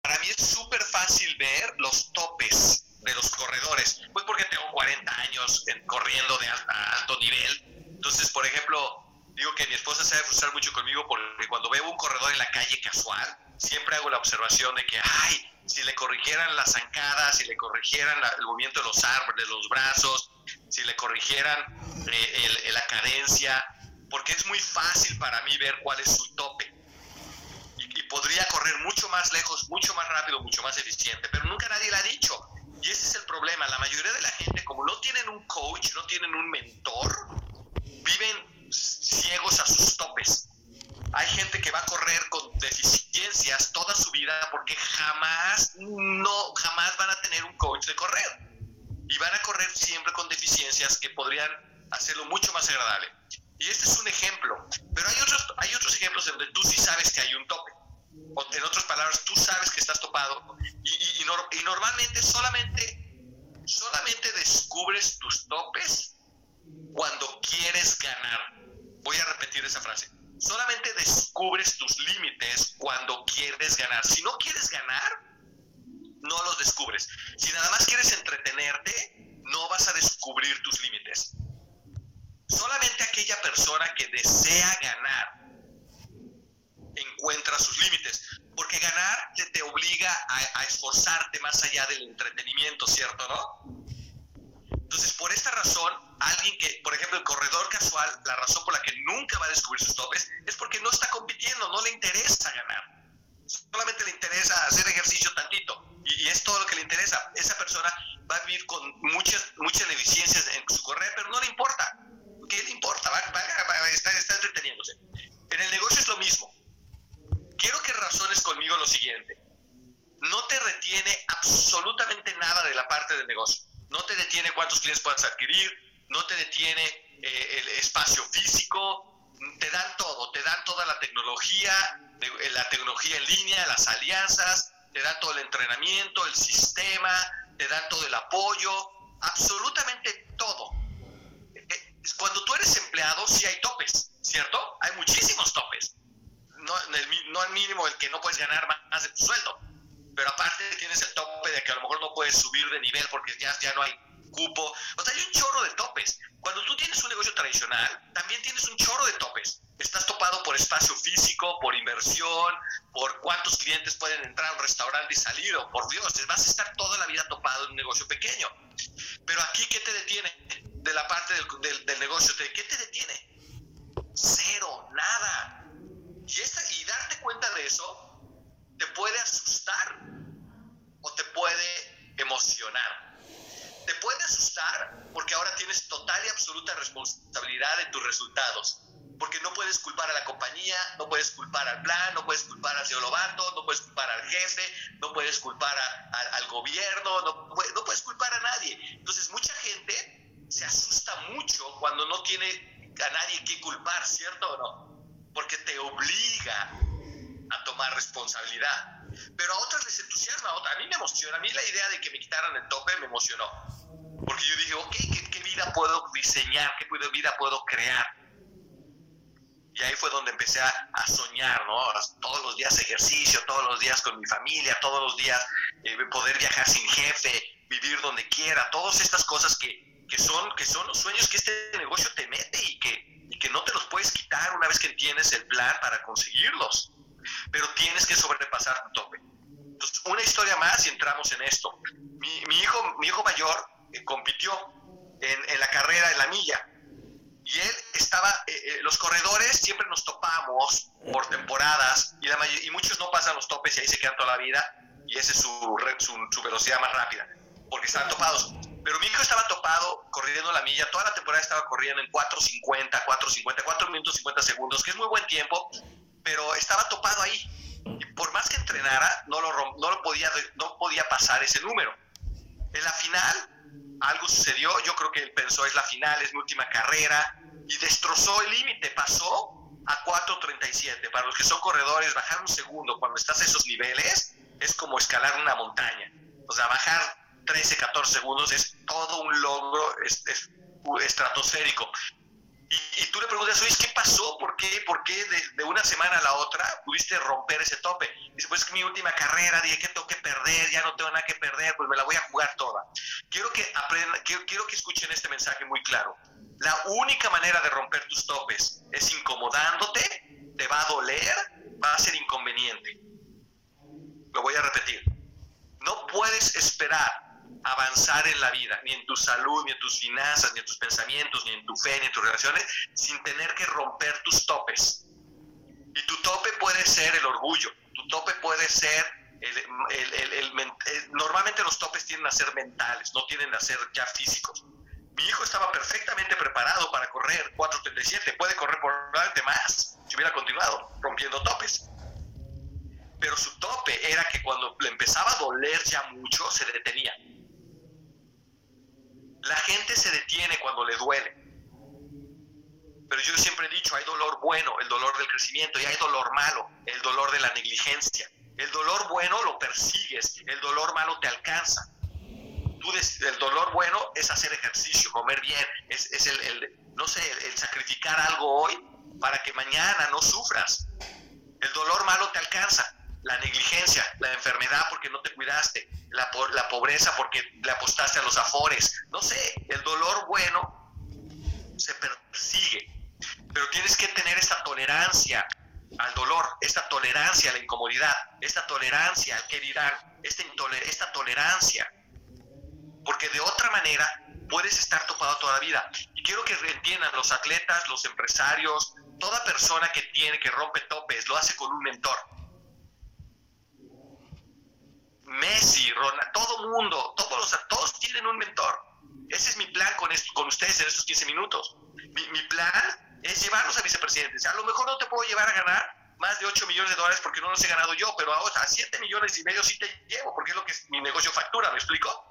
para mí es súper fácil ver los topes de los corredores, pues porque tengo 40 años corriendo a alto nivel. Entonces, por ejemplo, digo que mi esposa se debe frustrar mucho conmigo porque cuando veo un corredor en la calle casual, siempre hago la observación de que, ay, si le corrigieran las zancadas, si le corrigieran el movimiento de los árboles, de los brazos, si le corrigieran la cadencia, porque es muy fácil para mí ver cuál es su tope. Y podría correr mucho más lejos, mucho más rápido, mucho más eficiente, pero nunca nadie le ha dicho. Y ese es el problema. La mayoría de la gente, como no tienen un coach, no tienen un mentor, viven ciegos a sus topes. Hay gente que va a correr con deficiencias toda su vida porque jamás van a tener un coach de correr. Y van a correr siempre con deficiencias que podrían hacerlo mucho más agradable. Y este es un ejemplo. Pero hay otros ejemplos donde tú sí sabes que hay un tope. O en otras palabras, tú sabes que estás topado. Y normalmente solamente descubres tus topes cuando quieres ganar. Voy a repetir esa frase. Solamente descubres tus límites cuando quieres ganar. Si no quieres ganar, no los descubres. Si nada más quieres entretenerte, no vas a descubrir tus límites. Solamente aquella persona que desea ganar encuentra sus límites, porque ganar te obliga a esforzarte más allá del entretenimiento, ¿cierto, no? Entonces, por esta razón, alguien que, por ejemplo, el corredor casual, la razón por la que nunca va a descubrir sus topes es porque no está compitiendo, no le interesa ganar. Solamente le interesa hacer ejercicio tantito y es todo lo que le interesa. Esa persona va a vivir con muchas deficiencias en su correr, pero no le importa. ¿Qué le importa? Está entreteniéndose. En el negocio es lo mismo. Quiero que razones conmigo lo siguiente. No te retiene absolutamente nada de la parte del negocio. No te detiene cuántos clientes puedas adquirir, no te detiene el espacio físico, te dan todo, te dan toda la tecnología en línea, las alianzas, te dan todo el entrenamiento, el sistema, te dan todo el apoyo, absolutamente todo. Cuando tú eres empleado sí hay topes, ¿cierto? Hay muchísimos topes. No al mínimo el que no puedes ganar más de tu sueldo. Pero aparte tienes el tope de que a lo mejor no puedes subir de nivel porque ya no hay cupo. O sea, hay un chorro de topes. Cuando tú tienes un negocio tradicional, también tienes un chorro de topes. Estás topado por espacio físico, por inversión, por cuántos clientes pueden entrar a un restaurante y salir. O por Dios, vas a estar toda la vida topado en un negocio pequeño. Pero aquí, ¿qué te detiene de la parte del negocio? ¿Qué te detiene? Cero, nada. Y darte cuenta de eso te puede asustar o te puede emocionar. Te puede asustar porque ahora tienes total y absoluta responsabilidad de tus resultados. Porque no puedes culpar a la compañía, no puedes culpar al plan, no puedes culpar al señor Lobato, no puedes culpar al jefe, no puedes culpar al gobierno, no puedes culpar a nadie. Entonces mucha gente se asusta mucho cuando no tiene a nadie que culpar, ¿cierto o no? Porque te obliga a tomar responsabilidad. Pero a otras les entusiasma, a mí me emociona. A mí la idea de que me quitaran el tope me emocionó. Porque yo dije, ok, ¿qué vida puedo diseñar? ¿Qué vida puedo crear? Y ahí fue donde empecé a soñar, ¿no? Todos los días ejercicio, todos los días con mi familia, todos los días poder viajar sin jefe, vivir donde quiera, todas estas cosas que son los sueños que este negocio te mete y que no te los puedes quitar una vez que tienes el plan para conseguirlos. Pero tienes que sobrepasar tu tope. Entonces, una historia más y entramos en esto. Mi hijo mayor compitió en la carrera de la milla. Y él estaba, los corredores siempre nos topamos por temporadas y muchos no pasan los topes y ahí se quedan toda la vida y esa es su velocidad más rápida, porque estaban topados. Pero mi hijo estaba topado corriendo la milla, toda la temporada estaba corriendo en 4:50, 4 minutos 50 segundos, que es muy buen tiempo, pero estaba topado ahí. Y por más que entrenara, no podía pasar ese número. En la final, algo sucedió, yo creo que él pensó, es la final, es mi última carrera, y destrozó el límite, pasó a 4:37. Para los que son corredores, bajar un segundo cuando estás a esos niveles es como escalar una montaña. O sea, bajar 13, 14 segundos es todo un logro estratosférico. Y tú le preguntas, oye, ¿qué pasó? ¿Por qué de una semana a la otra pudiste romper ese tope? Dice, pues es que mi última carrera, dije que tengo que perder, ya no tengo nada que perder, pues me la voy a jugar toda. Quiero que escuchen este mensaje muy claro. La única manera de romper tus topes es incomodándote, te va a doler, va a ser inconveniente. Lo voy a repetir. No puedes esperar avanzar en la vida, ni en tu salud, ni en tus finanzas, ni en tus pensamientos, ni en tu fe, ni en tus relaciones, sin tener que romper tus topes. Y tu tope puede ser el orgullo, tu tope puede ser normalmente los topes tienden a ser mentales, no tienden a ser ya físicos. Mi hijo estaba perfectamente preparado para correr 4:37, puede correr probablemente más si hubiera continuado rompiendo topes. Pero su tope era que cuando le empezaba a doler ya mucho, se detenía. La gente se detiene cuando le duele. Pero yo siempre he dicho, hay dolor bueno, el dolor del crecimiento, y hay dolor malo, el dolor de la negligencia. El dolor bueno lo persigues, el dolor malo te alcanza. El dolor bueno es hacer ejercicio, comer bien, es el sacrificar algo hoy para que mañana no sufras. El dolor malo te alcanza. La negligencia, la enfermedad porque no te cuidaste, la pobreza porque le apostaste a los afores. No sé, el dolor bueno se persigue. Pero tienes que tener esta tolerancia al dolor, esta tolerancia a la incomodidad, esta tolerancia al que dirán, esta tolerancia. Porque de otra manera puedes estar topado toda la vida. Y quiero que entiendan los atletas, los empresarios, toda persona que rompe topes, lo hace con un mentor. Messi, Ronaldo, todo mundo, todos tienen un mentor. Ese es mi plan con ustedes en estos 15 minutos. Mi plan es llevarlos a vicepresidentes. A lo mejor no te puedo llevar a ganar más de $8 millones porque no los he ganado yo, pero a 7,5 millones sí te llevo, porque es lo que mi negocio factura, ¿me explico?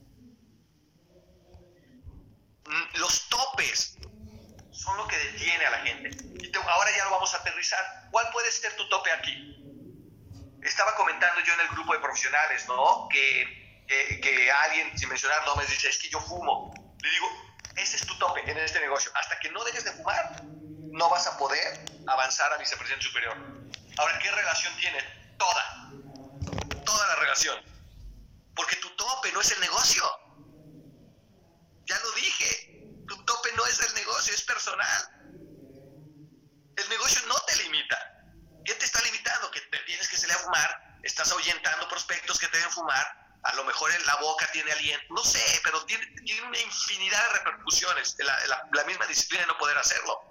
Los topes son lo que detiene a la gente. Y ahora ya lo vamos a aterrizar. ¿Cuál puede ser tu tope aquí? Estaba comentando yo en el grupo de profesionales, ¿no? Que alguien, sin mencionar nombres, dice, es que yo fumo. Le digo, ese es tu tope en este negocio. Hasta que no dejes de fumar, no vas a poder avanzar a vicepresidente superior. Ahora, ¿qué relación tiene? Toda la relación. Porque tu tope no es el negocio. Ya lo dije, tu tope no es el negocio, es personal. El negocio no te limita. ¿Qué te está limitando? Que te tienes que salir a fumar, estás ahuyentando prospectos que te deben fumar, a lo mejor en la boca tiene aliento, no sé, pero tiene una infinidad de repercusiones, la misma disciplina de no poder hacerlo.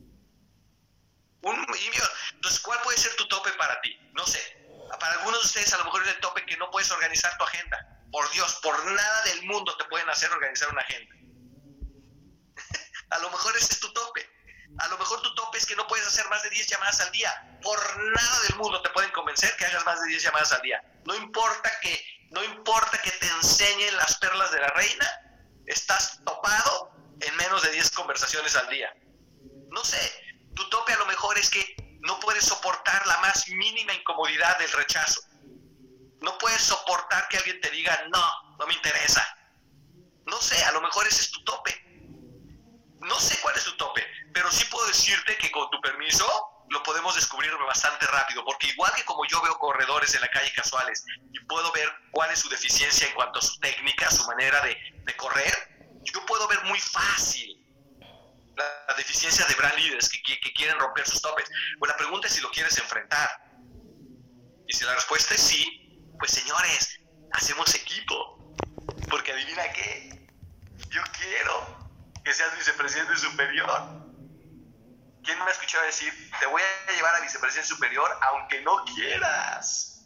Entonces, ¿cuál puede ser tu tope para ti? No sé, para algunos de ustedes a lo mejor es el tope que no puedes organizar tu agenda. Por Dios, por nada del mundo te pueden hacer organizar una agenda. A lo mejor ese es tu tope. A lo mejor tu tope es que no puedes hacer más de 10 llamadas al día. Por nada del mundo te pueden convencer que hagas más de 10 llamadas al día. No importa que te enseñen las perlas de la reina, estás topado en menos de 10 conversaciones al día. No sé, tu tope a lo mejor es que no puedes soportar la más mínima incomodidad del rechazo. No puedes soportar que alguien te diga, no me interesa. No sé, a lo mejor ese es tu tope. No sé cuál es tu tope, pero sí puedo decirte que con tu permiso lo podemos descubrir bastante rápido, porque igual que como yo veo corredores en la calle casuales y puedo ver cuál es su deficiencia en cuanto a su técnica, su manera de correr, yo puedo ver muy fácil la deficiencia de brand leaders que quieren romper sus topes. Pues la pregunta es si lo quieres enfrentar. Y si la respuesta es sí, pues señores, hacemos equipo. Porque adivina qué, yo quiero que seas vicepresidente superior. ¿Quién me ha escuchado decir, te voy a llevar a vicepresidente superior aunque no quieras?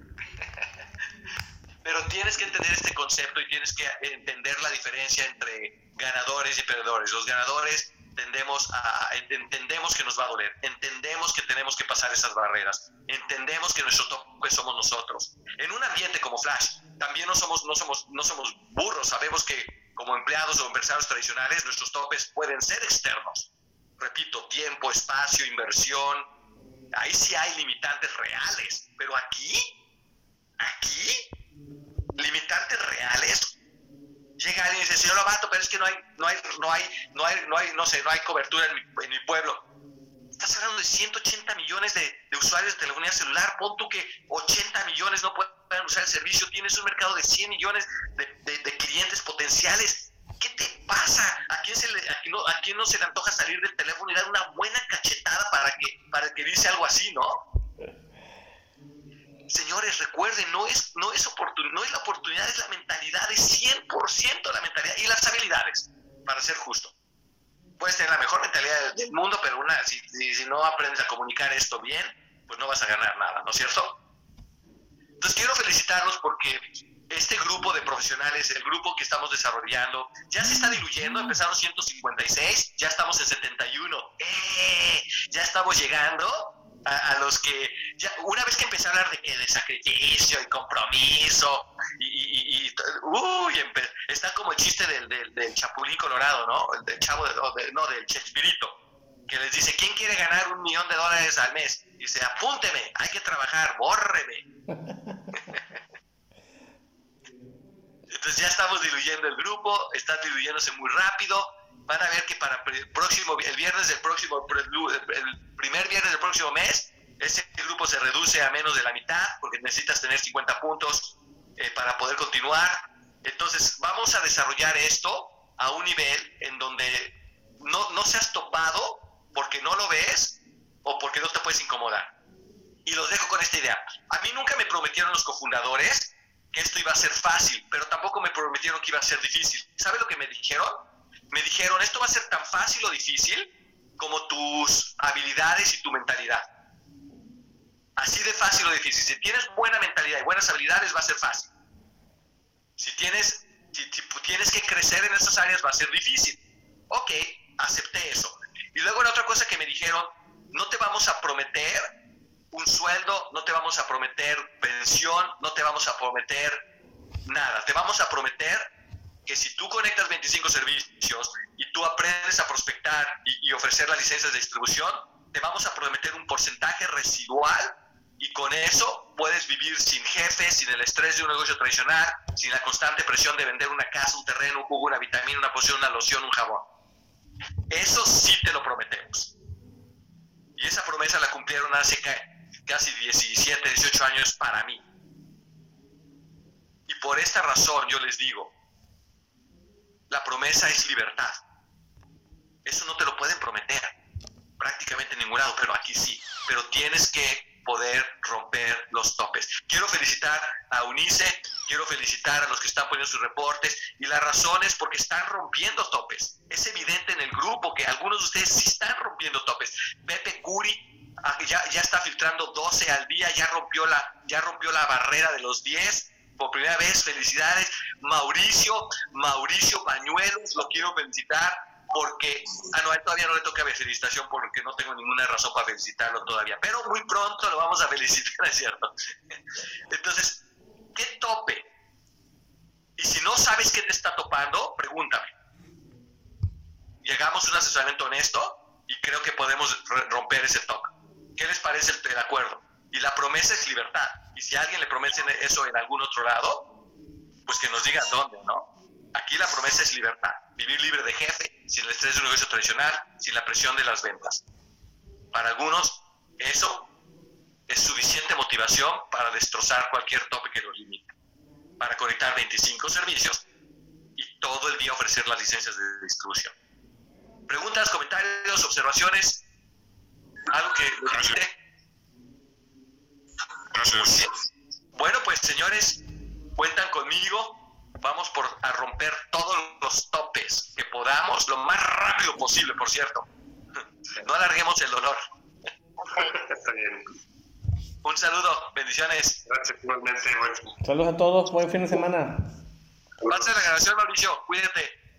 Pero tienes que entender este concepto y tienes que entender la diferencia entre ganadores y perdedores. Los ganadores entendemos que nos va a doler, entendemos que tenemos que pasar esas barreras, entendemos que nuestro tope somos nosotros. En un ambiente como Flash, también no somos burros, sabemos que como empleados o empresarios tradicionales, nuestros topes pueden ser externos. Repito, tiempo, espacio, inversión, ahí sí hay limitantes reales, pero aquí, limitantes reales. Llega alguien y dice, señor Lobato, pero es que no no hay cobertura en mi pueblo. Estás hablando de 180 millones de usuarios de telefonía celular. Pon tú que 80 millones no puedan usar el servicio. Tienes un mercado de 100 millones de clientes potenciales. ¿Qué te pasa? ¿A quién no se le antoja salir del teléfono y dar una buena cachetada para que dice algo así, no? Señores, recuerden, no es la oportunidad, es la mentalidad, es 100% la mentalidad y las habilidades, para ser justo. Puedes tener la mejor mentalidad del mundo, pero si no aprendes a comunicar esto bien, pues no vas a ganar nada, ¿no es cierto? Entonces quiero felicitarlos porque este grupo de profesionales, el grupo que estamos desarrollando, ya se está diluyendo. Empezaron 156, ya estamos en 71. Ya estamos llegando a los que, ya, una vez que empecé a hablar de sacrificio y compromiso, está como el chiste del Chapulín Colorado, ¿no? Del chavo, del Chespirito, que les dice, ¿quién quiere ganar $1 millón al mes? Y dice, apúnteme, hay que trabajar, bórreme. Entonces ya estamos diluyendo el grupo, está diluyéndose muy rápido. Van a ver que para el primer viernes del próximo mes, ese grupo se reduce a menos de la mitad, porque necesitas tener 50 puntos para poder continuar. Entonces vamos a desarrollar esto a un nivel en donde no seas topado porque no lo ves o porque no te puedes incomodar. Y los dejo con esta idea. A mí nunca me prometieron los cofundadores que esto iba a ser fácil, pero tampoco me prometieron que iba a ser difícil. ¿Sabe lo que me dijeron? Me dijeron, esto va a ser tan fácil o difícil como tus habilidades y tu mentalidad. Así de fácil o difícil. Si tienes buena mentalidad y buenas habilidades, va a ser fácil. Si tienes que crecer en esas áreas, va a ser difícil. Ok, acepté eso. Y luego la otra cosa que me dijeron, no te vamos a prometer un sueldo, no te vamos a prometer pensión, no te vamos a prometer nada. Te vamos a prometer que si tú conectas 25 servicios y tú aprendes a prospectar y ofrecer las licencias de distribución, te vamos a prometer un porcentaje residual y con eso puedes vivir sin jefe, sin el estrés de un negocio tradicional, sin la constante presión de vender una casa, un terreno, un jugo, una vitamina, una poción, una loción, un jabón. Eso sí te lo prometemos. Y esa promesa la cumplieron hace casi 17, 18 años para mí. Y por esta razón yo les digo, la promesa es libertad. Eso no te lo pueden prometer prácticamente en ningún lado, pero aquí sí. Pero tienes que poder romper los topes. Quiero felicitar a Unice, quiero felicitar a los que están poniendo sus reportes, y la razón es porque están rompiendo topes. Es evidente en el grupo que algunos de ustedes sí están rompiendo topes. Pepe Curi ya está filtrando 12 al día, ya rompió la barrera de los 10 por primera vez. Felicidades. Mauricio Bañuelos, lo quiero felicitar porque, no, a él todavía no le toca felicitación porque no tengo ninguna razón para felicitarlo todavía, pero muy pronto lo vamos a felicitar, ¿es cierto? Entonces, ¿qué tope? Y si no sabes qué te está topando, pregúntame. Llegamos a un asesoramiento honesto y creo que podemos romper ese tope. ¿Qué les parece el acuerdo? Y la promesa es libertad. Y si a alguien le prometen eso en algún otro lado, pues que nos digan dónde, ¿no? Aquí la promesa es libertad. Vivir libre de jefe, sin el estrés de un negocio tradicional, sin la presión de las ventas. Para algunos, eso es suficiente motivación para destrozar cualquier tope que los limite. Para conectar 25 servicios y todo el día ofrecer las licencias de distribución. ¿Preguntas, comentarios, observaciones? ¿Algo que les dijiste? Gracias. Bueno, pues señores, cuentan conmigo. Vamos a romper todos los topes que podamos, lo más rápido posible, por cierto. No alarguemos el dolor. Está bien. Un saludo, bendiciones. Gracias, igualmente. Saludos a todos, buen fin de semana. Pasa la grabación, Mauricio, cuídate.